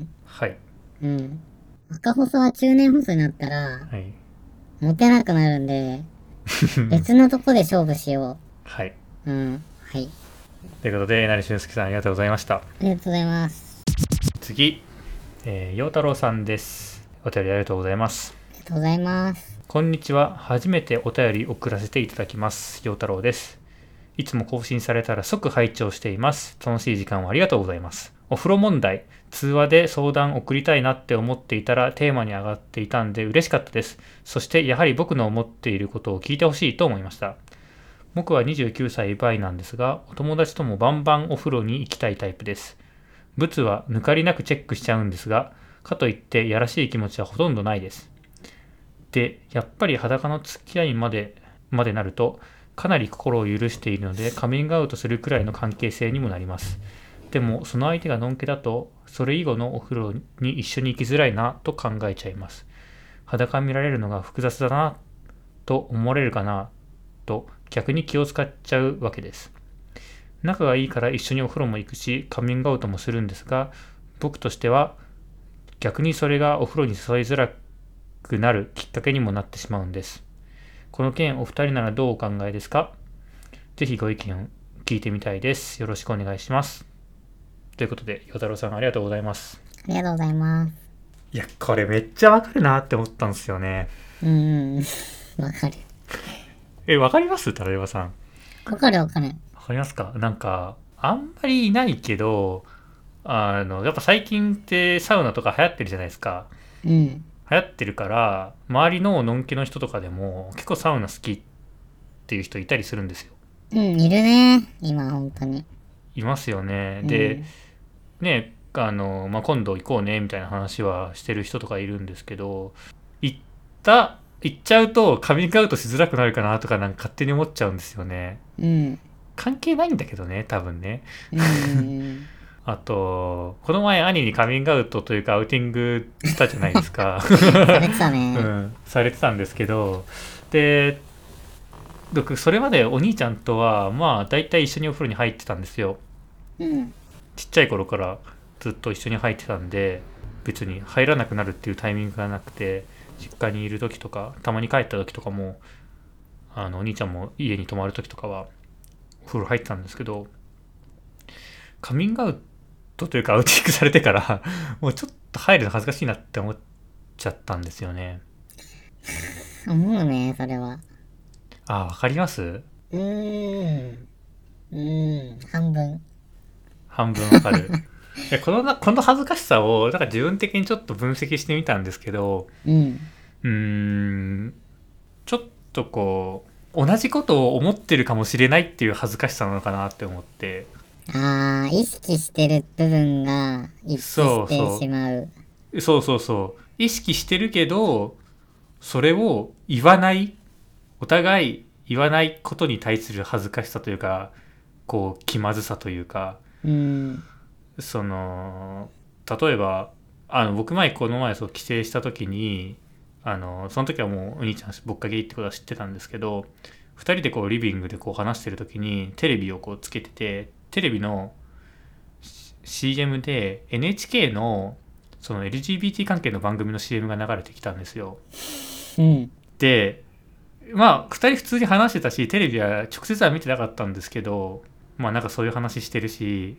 はい。 うん。赤細は中年細になったら、 はい。 モテなくなるんで、別のとこで勝負しよはい。 う。うん。はい。 ということで、えなりしゅんすけさんありがとうございました。 ありがとうございます。 次、えー、陽太郎さんです。お便りありがとうございます。 ありがとうございます。 こんにちは。初めてお便り送らせていただきます。陽太郎です。いつも更新されたら即拝聴しています。楽しい時間をありがとうございます。お風呂問題、通話で相談送りたいなって思っていたらテーマに上がっていたんで嬉しかったです。そしてやはり僕の思っていることを聞いてほしいと思いました。僕はにじゅうきゅうさいバイなんですが、お友達ともバンバンお風呂に行きたいタイプです。ブツは抜かりなくチェックしちゃうんですが、かといってやらしい気持ちはほとんどないです。で、やっぱり裸の付き合いまで、までなると、かなり心を許しているので、カミングアウトするくらいの関係性にもなります。でも、その相手がのんけだと、それ以後のお風呂に一緒に行きづらいなと考えちゃいます。裸見られるのが複雑だなと思われるかなと逆に気を使っちゃうわけです。仲がいいから一緒にお風呂も行くし、カミングアウトもするんですが、僕としては逆にそれがお風呂に誘いづらくなるきっかけにもなってしまうんです。この件お二人ならどうお考えですか？ぜひご意見を聞いてみたいです。よろしくお願いします。ということで、与太郎さんありがとうございます。 ありがとうございます。 いや、これめっちゃわかるなって思ったんですよね。 うーん。わかる。 え、わかります？タラレバさん。 わかるわかる。 わかりますか？なんか、あんまりいないけど、あの、やっぱ最近ってサウナとか流行ってるじゃないですか。 うん。 流行ってるから、周りののんけの人とかでも結構サウナ好きっていう人いたりするんですよ。 うん、いるね。今、本当に。 いますよね。で、 うん。 ね、あの、まあ、今度行こうねみたいな話はしてる人とかいるんですけど、行った、行っちゃうとカミングアウトしづらくなるかなとかなんか勝手に思っちゃうんですよね。 うん。 関係ないんだけどね、多分ね。 うん。 あと、この前兄にカミングアウトというかアウティングしたじゃないですか。 されてたうね。 ん、されてたんですけど、で、僕、それまでお兄ちゃんとは、まあ、大体一緒にお風呂に入ってたんですよ。 うん。 ちっちゃい頃からずっと一緒に入ってたんで、別に入らなくなるっていうタイミングがなくて、実家にいる時とか、たまに帰った時とかも、あの、お兄ちゃんも家に泊まる時とかは、お風呂入ってたんですけど、カミングアウトというかアウティングされてからもうちょっと入るの恥ずかしいなって思っちゃったんですよね。 思うね、それは。 ああ、わかります？ うーん。うーん。半分。 半分わかる。いや、このな、この恥ずかしさを、なんか自分的にちょっと分析してみたんですけど、 うん。 うーん、ちょっとこう、同じことを思ってるかもしれないっていう恥ずかしさなのかなって思って、 あー、意識してる部分が一致してそうそしまう。 う、そうそうそう、意識してるけど、それを言わない、お互い言わないことに対する恥ずかしさというか、こう、気まずさというか、 うん。 その、例えば、あの、僕前、この前、そう、帰省した時に、あの、その時はもうお兄ちゃんぼっかけってことは知ってたんですけど、二人でこうリビングでこう話してる時にテレビをこうつけてて、テレビの シーエム で エヌエイチケー のその エルジービーティー 関係の番組の シーエム が流れてきたんですよ。 うん。 で、まあ、二人普通に話してたし、テレビは直接は見てなかったんですけど、まあなんかそういう話してるし、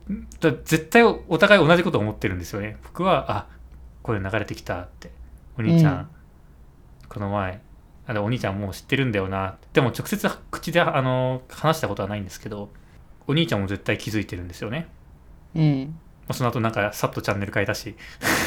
だ絶対お互い同じこと思ってるんですよね。僕はあこれ流れてきたって、お兄ちゃん、うん、この前あれお兄ちゃんもう知ってるんだよな、でも直接口であの話したことはないんですけど、お兄ちゃんも絶対気づいてるんですよね。 うん。 その後なんかさっとチャンネル変えたし、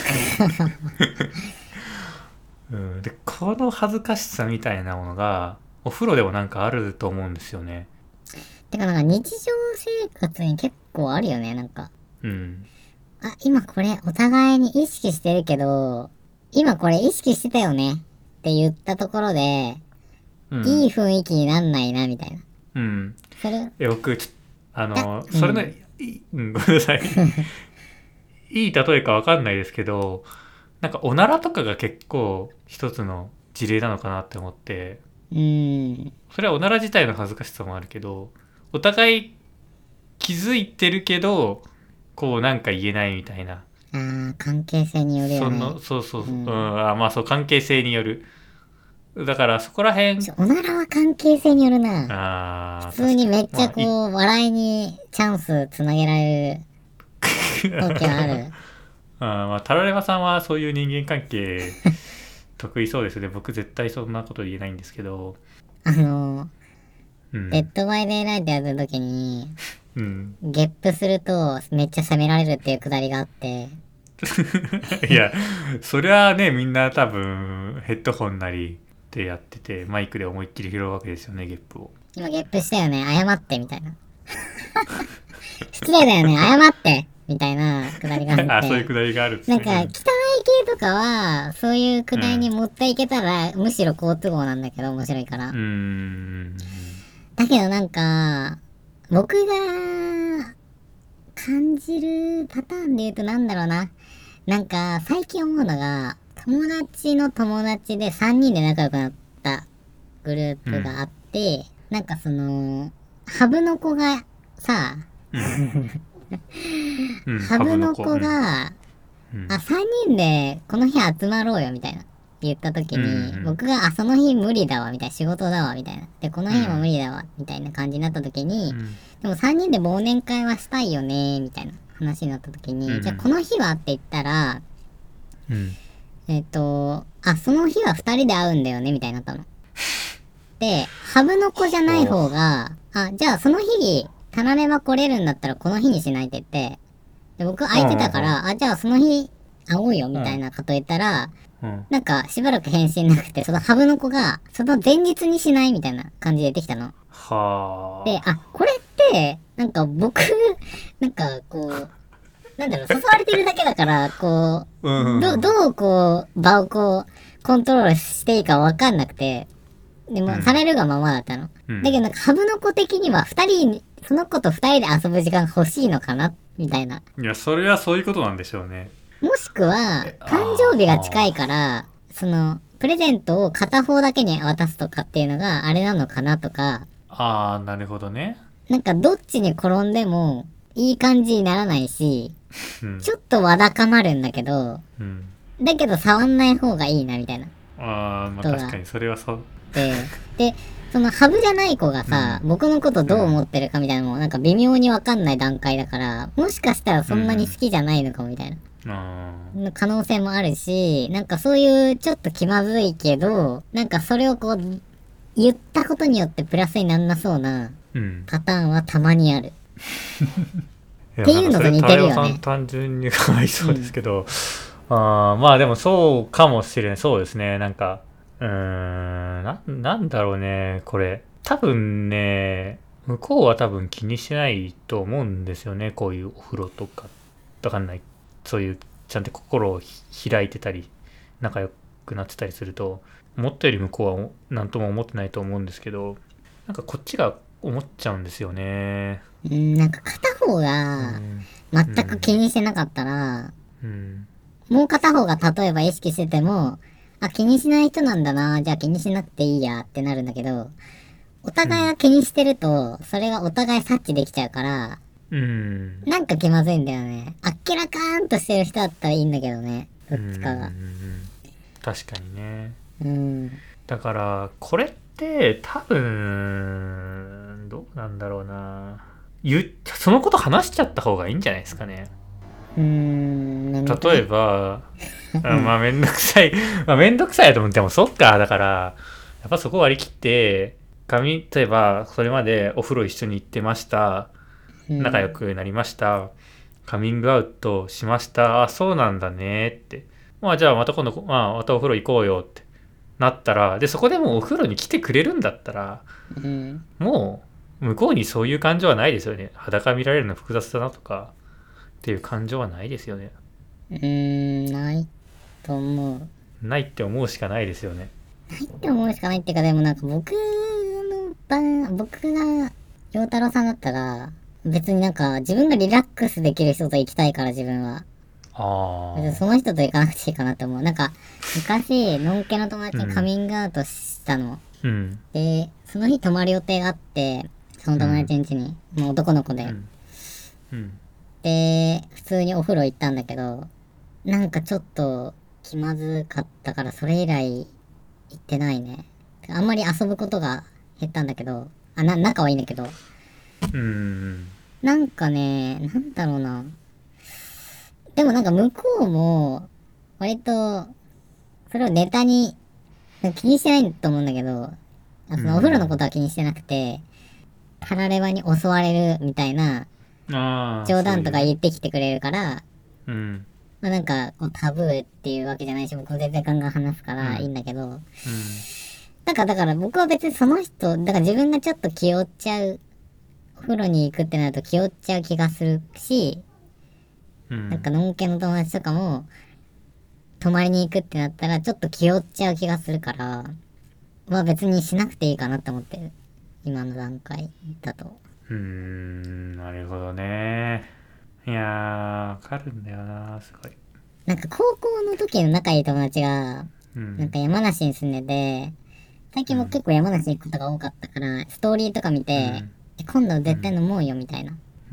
うん、でこの恥ずかしさみたいなものがお風呂でもなんかあると思うんですよね。 てかなんか日常生活に結構あるよね、なんか。 うん。 あ、今これお互いに意識してるけど、今これ意識してたよねって言ったところで、うん、いい雰囲気になんないなみたいな。 うん。 それえ僕あのそれの、うん、ごめんなさいいい例えかわかんないですけど、なんかおならとかが結構一つの事例なのかなって思って、 うーん、 それはおなら自体の恥ずかしさもあるけど、お互い気づいてるけどこうなんか言えないみたいな。 あー、関係性によるよね。 そのそうそうそう、 うん、 うん、あまあそう関係性による。だからそこら辺、 おならは関係性によるな。 あ普通にめっちゃこう、 まあ、 笑いにチャンスつなげられる時はある。 あまあタラレバさんはそういう人間関係得意そうですね。僕絶対そんなこと言えないんですけど、 あのー、 うん、 デッドバイデイライトやった時に、 うん、 ゲップするとめっちゃ責められるっていうくだりがあって、 いやそりゃねみんな多分ヘッドホンなりでやっててマイクで思いっきり拾うわけですよね、ゲップを。 今ゲップしたよね、謝ってみたいな。失礼だよね、謝ってみたいなくだりがあって。 あ、そういうくだりがあるんですね。 なんか汚い系とかはそういうくだりに持っていけたら、うん、むしろ好都合なんだけど面白いから。 うーん。 だけどなんか僕が感じるパターンで言うとなんだろうな。なんか最近思うのが、友達の友達でさんにんで仲良くなったグループがあって、うん、なんかそのハブの子がさ、うん、ハブの子が、うん、あ、さんにんでこの日集まろうよみたいな言った時に、うんうん、僕があその日無理だわみたいな、仕事だわみたいな、でこの日も無理だわみたいな感じになった時に、うん、でもさんにんで忘年会はしたいよねみたいな話になった時に、うん、じゃあこの日はって言ったら、うん、えっ、ー、とあその日はふたりで会うんだよねみたいになったの。でハブの子じゃない方が、あじゃあその日タラレバ来れるんだったらこの日にしないって言って、で僕空いてたから、あじゃあその日会おうよみたいなこと言ったら、うん、なんかしばらく返信なくて、そのハブの子がその前日にしないみたいな感じでできたの。 はで、あ、これってなんか僕なんかこうなんだろう、誘われてるだけだからこう、うん、どどうこう場をこうコントロールしていいかわかんなくて、でも、うん、されるがままだったの。うん、だけどなんかハブの子的には二人その子と二人で遊ぶ時間が欲しいのかなみたいな。 いやそれはそういうことなんでしょうね。 もしくは誕生日が近いからそのプレゼントを片方だけに渡すとかっていうのがあれなのかなとか。 ああなるほどね。 なんかどっちに転んでもいい感じにならないし、うん、ちょっとわだかまるんだけど、うん、だけど触んない方がいいなみたいな。 ああまあ確かにそれはそうででそのハブじゃない子がさ、うん、僕のことどう思ってるかみたいなのもなんか微妙にわかんない段階だから、もしかしたらそんなに好きじゃないのかもみたいな、うん、可能性もあるし、なんかそういうちょっと気まずいけどなんかそれをこう言ったことによってプラスになんなそうなパターンはたまにある、うん、っていうのと似てるよね。 単純にかわいそうですけど、うん、あまあでもそうかもしれない。そうですね。なんかうーん な, なんだろうねこれ多分ね向こうは多分気にしないと思うんですよね。こういうお風呂とかわかんない、そういうちゃんと心を開いてたり仲良くなってたりすると思ったより向こうは何とも思ってないと思うんですけど、なんかこっちが思っちゃうんですよね。 うんなんか片方が全く気にしてなかったら、うんうん、もう片方が例えば意識しててもあ、気にしない人なんだな、じゃあ気にしなくていいやってなるんだけど、お互いが気にしてると、うん、それがお互い察知できちゃうから、うん、なんか気まずいんだよね。あっけらかーんとしてる人だったらいいんだけどね、どっちかが。うん確かにね。 うん、 だから、これって多分、どうなんだろうな。 言うそのこと話しちゃった方がいいんじゃないですかね。 うーん、めんどくさい例えば、あまあめんどくさい、まあめんどくさいと思ってもそっか、だから、やっぱそこ割り切って、髪、例えばそれまでお風呂一緒に行ってました。 うん、 仲良くなりました。カミングアウトしました。あ、そうなんだねって。まあじゃあまた今度、まあまたお風呂行こうよってなったら、で、そこでもうお風呂に来てくれるんだったら、 うん、 もう向こうにそういう感情はないですよね。裸見られるの複雑だなとかっていう感情はないですよね。 うーん、ないと思う。 ないって思うしかないですよね。 ないって思うしかないっていうか、でもなんか僕の場、僕が陽太郎さんだったら、別になんか自分がリラックスできる人と行きたいから自分は。別にあその人と行かなくていいかなって思う。なんか、昔、のんけの友達にカミングアウトしたの。 あ。うん。 で、その日泊まる予定があって、その友達ん家に、もう男の子で。 うん。うん。 で、普通にお風呂行ったんだけど、なんかちょっと気まずかったからそれ以来行ってないね。あんまり遊ぶことが減ったんだけど、あ、な、仲はいいんだけど、 うん。 なんかね、なんだろうな。でもなんか向こうも、割と、それをネタに、気にしてないと思うんだけど、あそのお風呂のことは気にしてなくて、タラレバに襲われるみたいなああ、 冗談とかそういうね。 言ってきてくれるから、 うん。 まあなんかこうタブーっていうわけじゃないし、僕全然ガンガン話すかうん。 らいいんだけど、 うん。 なんかだから僕は別にその人、だから自分がちょっと気負っちゃう、お風呂に行くってなると気負っちゃう気がするし、 うん。 なんかのんけの友達とかも泊まりに行くってなったらちょっと気負っちゃう気がするから、まあ別にしなくていいかなって思ってる。今の段階だと。 うーん。なるほどね。いやー、わかるんだよな、すごい。 なんか高校の時の仲いい友達が、 うん。 なんか山梨に住んでて、最近もうん。 結構山梨行くことが多かったから、ストーリーとか見て、 うん。 え今度うん。 絶対飲もうよみたいなうん。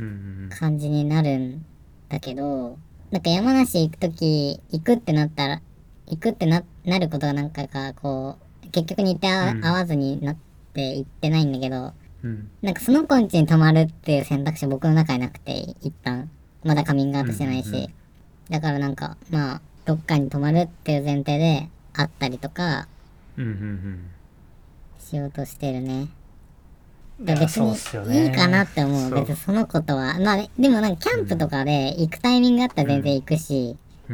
感じになるんだけど、なんか山梨行くとき、行くってなったら、行くってな、なることが何回か、こう、結局日程うん。 合わずになって行ってないんだけど、 うん。 なんかその子ん家に泊まるっていう選択肢僕の中になくて、一旦。まだカミングアウうん。うトしてないし。 ん。 だからなんか、まあ、どっかに泊まるっていう前提で会ったりとかうん。うん。 しようとしてるね。 いや、 だから別にそうっすよいいかなね。 って思う。 そう。 別にその子とは。まあ、でもなんかキャンプとうん。 かで行くタイミングあったらうん。 全然行くし、 うん。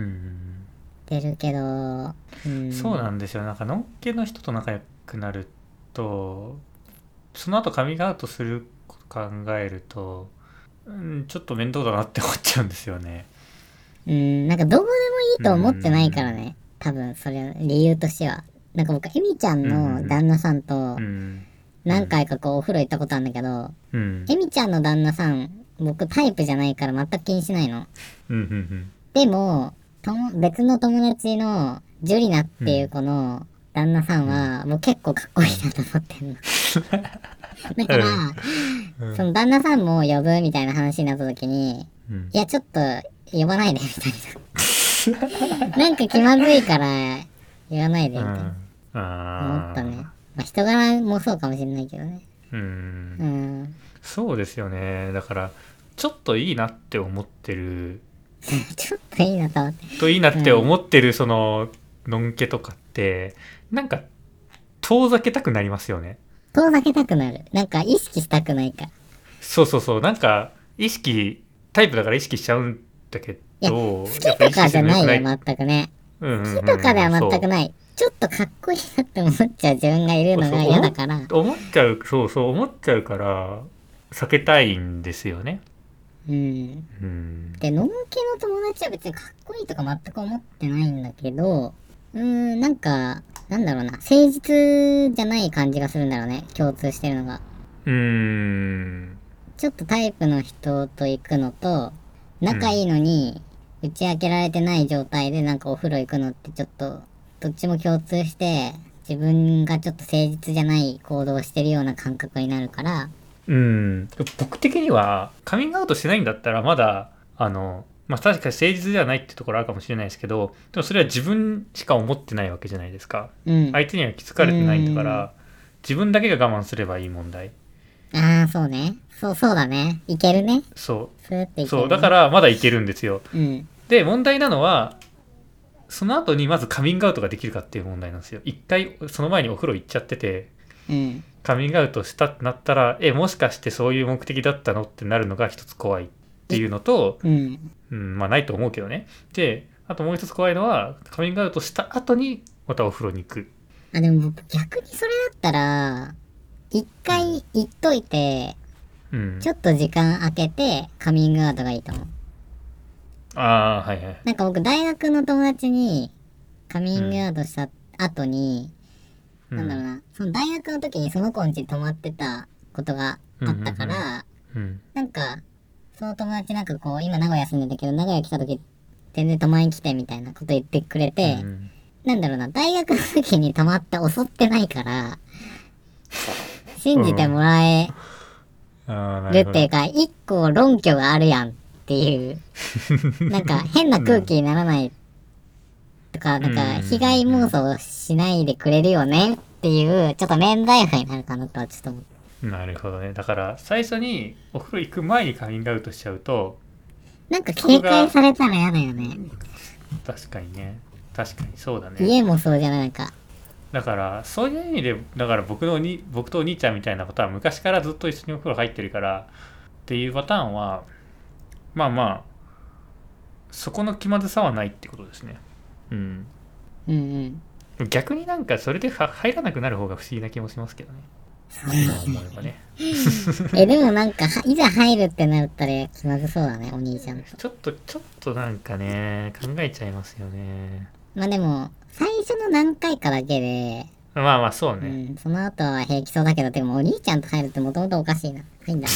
出るけど、うそうなん。 んですよ。なんか、のんけの人と仲良くなると、その後カミングアウトすること考えると、うん、ちょっと面倒だなって思っちゃうんですよね。 うん、なんかどうでもいいうーと思ってないからん。 ね。多分、それ、理由としては。なんか僕、エミちゃんうん。うの旦那さんとん。うん。う何ん。 回かこうお風呂行ったことあるんだけど、 うん。 エミちゃんの旦那さん、僕タイプじゃないから全く気にしないの。 うん。うん。 でも、とも別の友達のジュリナっうん。 ていう子の旦那さんうん。 は、もう結構かっこいいなと思ってんの。だから、 うん。 その旦那さんも呼ぶみたいな話になった時に、 うん。 いや、ちょっと呼ばないで、みたいな。なんか気まずいから言わないで、みたいな。 うん。 思ったね。 あまあ、人柄もそうかもしれないけどね。 ー。うん。 うん。 そうですよね。だから、ちょっといいなって思ってる、 ちょっといいなと思って。 といいなってうん。 思ってる、その、のんけとかって、なんか、遠ざけたくなりますよね。 遠ざけたくなる。なんか意識したくないから。 そうそうそう。なんか、意識、タイプだから意識しちゃうんだけいや、好ど、やっぱ意識すきとかじゃないよ、 るの良くない。 全くね。 うんうん好きとかでうん、 は全くそない。ちょっとかっこいいなって思っちゃう自分がいるう。 のがそう、思っ、 嫌だから。 思っちゃう、そうそう、思っちゃうから、避けたいんですよね。 うん。 うん。 で、のんけの友達は別にかっこいいとか全く思ってないんだけど、うーん、なんか、なんだろうな。誠実じゃない感じがするんだろうね。共通してるのが。 うーん。 ちょっとタイプの人と行くのと、 うん。 仲いいのに、打ち明けられてない状態でなんかお風呂行くのってちょっと、どっちも共通して、自分がちょっと誠実じゃない行動をしてるような感覚になるから、 うん。僕的には、カミングアウトしてないんだったら、まだ、あの、まあ確かに誠実ではないってところあるかもしれないですけど、でもそれは自分しか思ってないわけじゃないですか。 うん。 相手には気づうかれてないんだかーん。 ら、自分だけが我慢すればいい問題ああ、そうね。そう、そうだね。いけるね。 そそうやってう。 いける、ね。 そう。だからまだいけるんですよ。 うん。 で、問題なのは、その後にまずカミングアウトができるかっていう問題なんですよ。一回、その前にお風呂行っちゃってて、 うん。 カミングアウトしたってなったら、え、もしかしてそういう目的だったのってなるのが一つ怖いっていうのと、 うん。 うん、まあないと思うけどね。で、あともう一つ怖いのは、カミングアウトした後にまたお風呂に行く。 あ、でも僕逆にそれだったら、一回言っといて、 うん。 ちょっと時間空けてカミングアウトがいいと思う。 ああ、はいはい。 なんか僕大学の友達にカミングアウトした後に、 うん、 なんだろうな、その大学の時にその子ん家泊まってたことがあったから、 うん。 なんか、その友達なんかこう、今名古屋住んでたけど、名古屋来た時全然泊まりに来てみたいなこと言ってくれて、 うん、 なんだろうな、大学の時に泊まって襲ってないから、信じてもらえああ、なるほど。 るっていうか、一個論拠があるやんっていう、なんか変な空気にならないとか、なんか被害妄想しないでくれるよねっていう、ちょっと免罪符になるかなとはちょっと思って。 なるほどね。だから最初にお風呂行く前にカミングアウトしちゃうと、 なんか警戒されたら嫌だよね。 確かにね。確かにそうだね。 家もそうじゃないか。 だからそういう意味で、だから僕のに僕とお兄ちゃんみたいなことは昔からずっと一緒にお風呂入ってるからっていうパターンは、まあまあそこの気まずさはないってことですね。うん。 うんうん。 逆になんかそれでは入らなくなる方が不思議な気もしますけどね。そう思えばね。 え、でもなんか、いざ入るってなったら気まずそうだね、お兄ちゃんと。 ちょっとちょっとなんかね、考えちゃいますよね。 まあでも、最初の何回かだけで、 まあまあそうね。 うん、その後は平気そうだけど、でもお兄ちゃんと入るってもともとおかしいな。入んだ。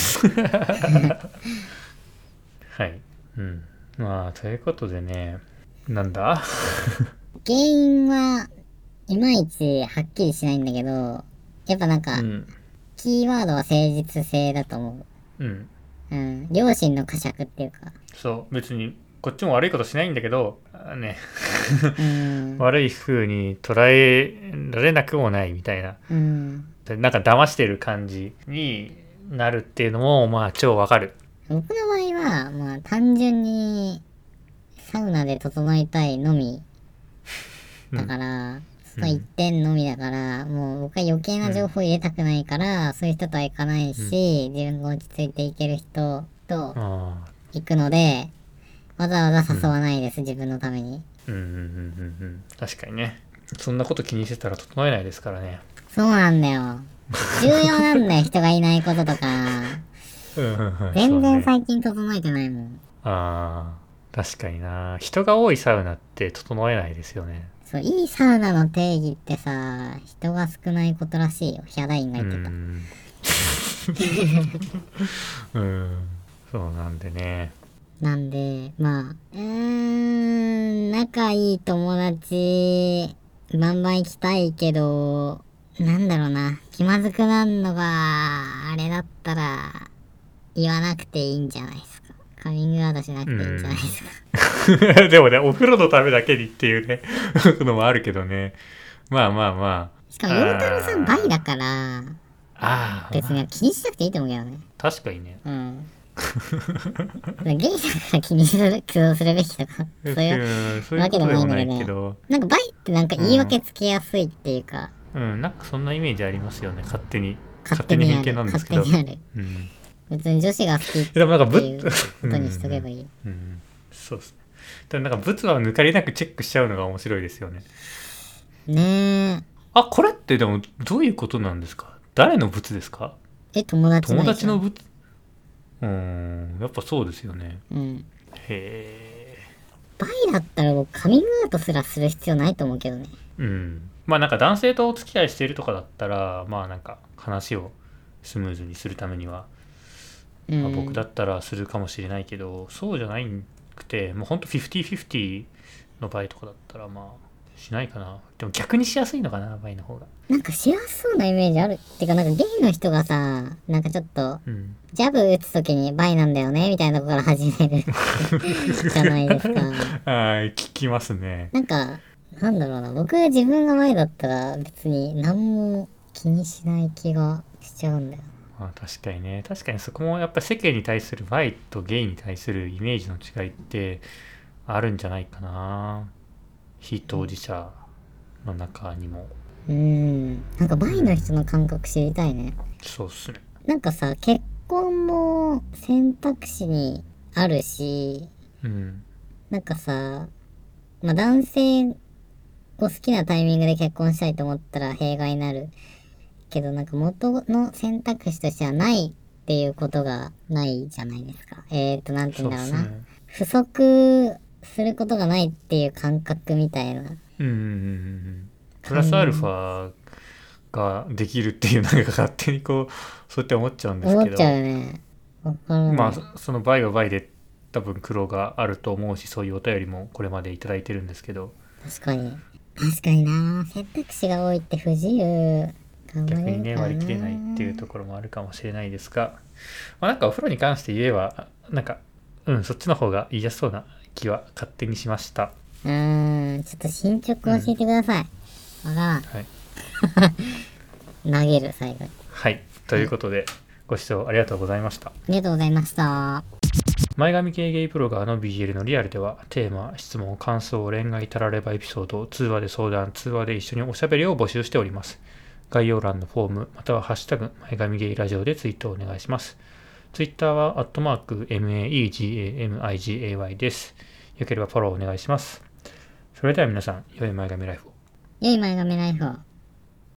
はい。うん。まあということでね、なんだ原因は、いまいちはっきりしないんだけど、やっぱなんか、 うん。 キーワードは誠実性だと思うん。 う。うん。両親の呵責っていうか。 そう。別にこっちも悪いことしないんだけど、あね、 うん。 悪い風に捉えられなくもないみたいな。 うん。 でなんか騙してる感じになるっていうのも、まあ超わかる。 僕の場合は、まあ単純に、サウナで整いたいのみだから、その一点のみだから、もう僕は余計な情報入れたくないから、そういう人とは行かないし、自分が落ち着いていける人とああ。 行くので、わざわざ誘わないです、自分のために。 うんうんうんうんうん。確かにね。そんなこと気にしてたら整えないですからね。 そうなんだよ。重要なんだよ、人がいないこととか。 うんうんうん。 全然そうね。 最近整えてないもん。 ああ。確かにな。人が多いサウナって整えないですよね。 そう、いいサウナの定義ってさ、人が少ないことらしいよ。ヒャダインがう言ってた。 ん。うん。そうなんでね。 なんで、まあ、うーん、仲いい友達、バンバン行きたいけど、なんだろうな、気まずくなるのが、あれだったら、言わなくていいんじゃないですか。カミングアウトしなくていいんじゃないですか。 でもね、お風呂のためだけにっていうね、のもあるけどね。まあまあましかあ。 も、陽太郎さんバイだあから、 あ、 別に気にしなくていいと思うけどね。 確かにね。 うん。ゲイだから気にする、苦労するべきとか、そういううん、そういうわけでもことでもないないんだけど、 けど、 なんかバイってなんか言い訳つけやすいっていうか、 うん、なんかそんなイメージありますよね、勝手に。 勝勝手に偏手にある。 見なんですけど。 勝手にある。 うん。 別に女子が好きっでもなんかぶっ、 ていうことにしとけばいい。 うん、うん、そうですね。でもなんかブツは抜かりなくチェックしちゃうのが面白いですよね。 ねあ、これってでもどういうことなんですか？誰のブツですか？ え。え、友達の友でしょ。 達のブツ？うーん、やっぱそうですよね。 うん。 へバイだったら僕カミングアウトすらする必要ないと思うけどね。 え。うん。まあなんか男性とお付き合いしているとかだったら、まあなんか話をスムーズにするためには、 うまあ、僕だん。 ったらするかもしれないけど、そうじゃないくて、もうほんとフィフティフィフティの場合とかだったら、まあ、しないかな。でも逆にしやすいのかな、場合の方が。 なんかしやすそうなイメージある。てかなんかゲイの人がさ、なんかちょっと、 うん。 ジャブ打つときにバイなんだよね、みたいなとこから始めるじゃないですか。 はい、聞きますね。 なんか、なんだろうな。僕自分がバイだったら別に何も気にしない気がしちゃうんだよ。 まあ確かにね。確かにそこもやっぱ世間に対するバイとゲイに対するイメージの違いってあるんじゃないかな。非当事者の中にも。 うーん。なんかバイの人の感覚知りたいね。 そうっすね。 なんかさ、結婚も選択肢にあるし、 うん。 なんかさ、まあ男性を好きなタイミングで結婚したいと思ったら弊害になるけど、なんか元の選択肢としてはないっていうことがないじゃないですか。えーと、なんて言うんだろうな。 そうっすね。 不足することがないっていう感覚みたいなうんうんうんうん。プラスアルフ感ァができるっていう、なんか勝手にこう、そうやって思っちゃうんです思っちゃうけど、 よね。わからなまい。 あそのバイはバイで多分苦労があると思うし、そういうお便りもこれまでいただいてるんですけど、 確かに。確かにな。選択肢が多いって不自由頑張逆にねれるからな。 割り切れないっていうところもあるかもしれないですが、まあ、なんかお風呂に関して言えばなんかうんそっちの方が言いやすそうな気は勝手にしました。 うーん。ちょっと進捗教えてうん。 ください。わからん。 はい。 投げる、最後に。 はいとはい。 いうことでご視聴ありがとうございました。 ありがとうございました。 前髪系ゲイプロガーの ビーエル のリアルではテーマ、質問、感想、恋愛たらればエピソード、通話で相談、通話で一緒におしゃべりを募集しております。概要欄のフォームまたはハッシュタグ前髪ゲイラジオでツイートをお願いします。ツイッターはアットマーク メガミ です。よければフォローお願いします。それでは皆さん、良い前髪ライフを。 良い前髪ライフを。